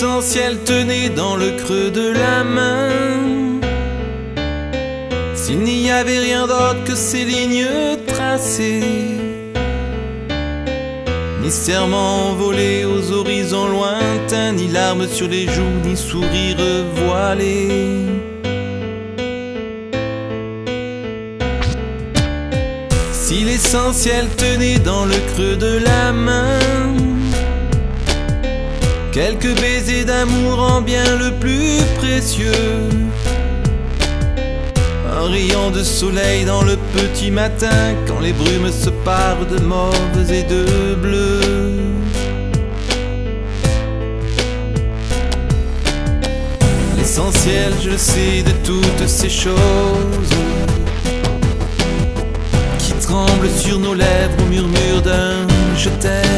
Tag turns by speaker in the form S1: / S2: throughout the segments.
S1: l'essentiel tenait dans le creux de la main, s'il n'y avait rien d'autre que ces lignes tracées, ni serment envolé aux horizons lointains, ni larmes sur les joues, ni sourire voilé. Si l'essentiel tenait dans le creux de la main, quelques baisers d'amour en bien le plus précieux, un rayon de soleil dans le petit matin, quand les brumes se parent de mauves et de bleus. L'essentiel, je le sais, de toutes ces choses qui tremblent sur nos lèvres au murmure d'un « je t'aime ».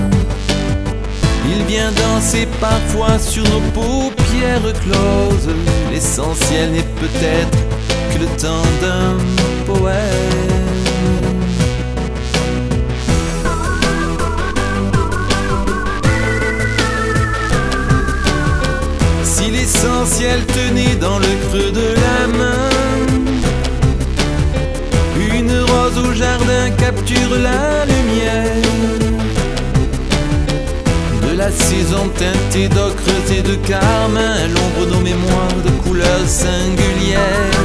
S1: Il vient danser parfois sur nos paupières closes. L'essentiel n'est peut-être que le temps d'un poème. Si l'essentiel tenait dans le creux de la main, une rose au jardin capture la lumière de la saison teintée d'ocre et de carmin, à l'ombre nos mémoires de couleurs singulières.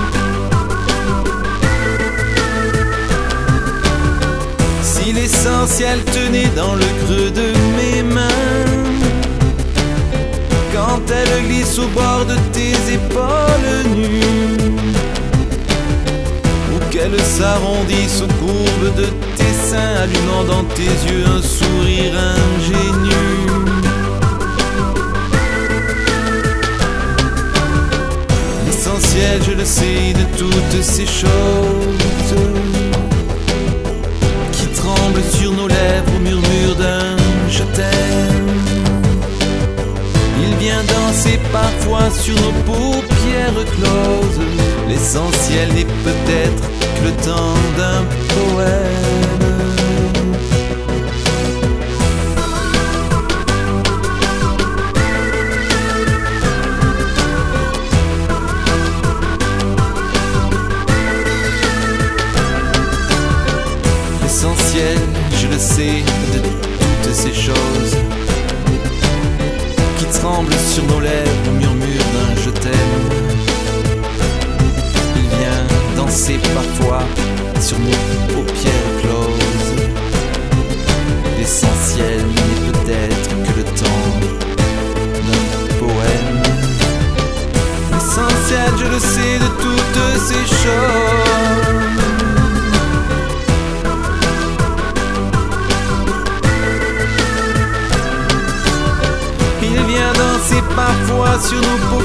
S1: Si l'essentiel tenait dans le creux de mes mains, quand elle glisse au bord de tes épaules nues, ou qu'elle s'arrondisse aux courbes de tes seins, allumant dans tes yeux un sourire ingénu. L'essentiel, je le sais, de toutes ces choses qui tremblent sur nos lèvres au murmure d'un « je t'aime ». Il vient danser parfois sur nos paupières closes. L'essentiel n'est peut-être que le temps d'un poème. L'essentiel, je le sais, de toutes ces choses qui tremblent sur nos lèvres au murmure d'un « je t'aime ». Il vient danser parfois sur nos paupières closes. L'essentiel n'est peut-être que le temps d'un poème. L'essentiel, je le sais, de toutes ces choses parfois sur nos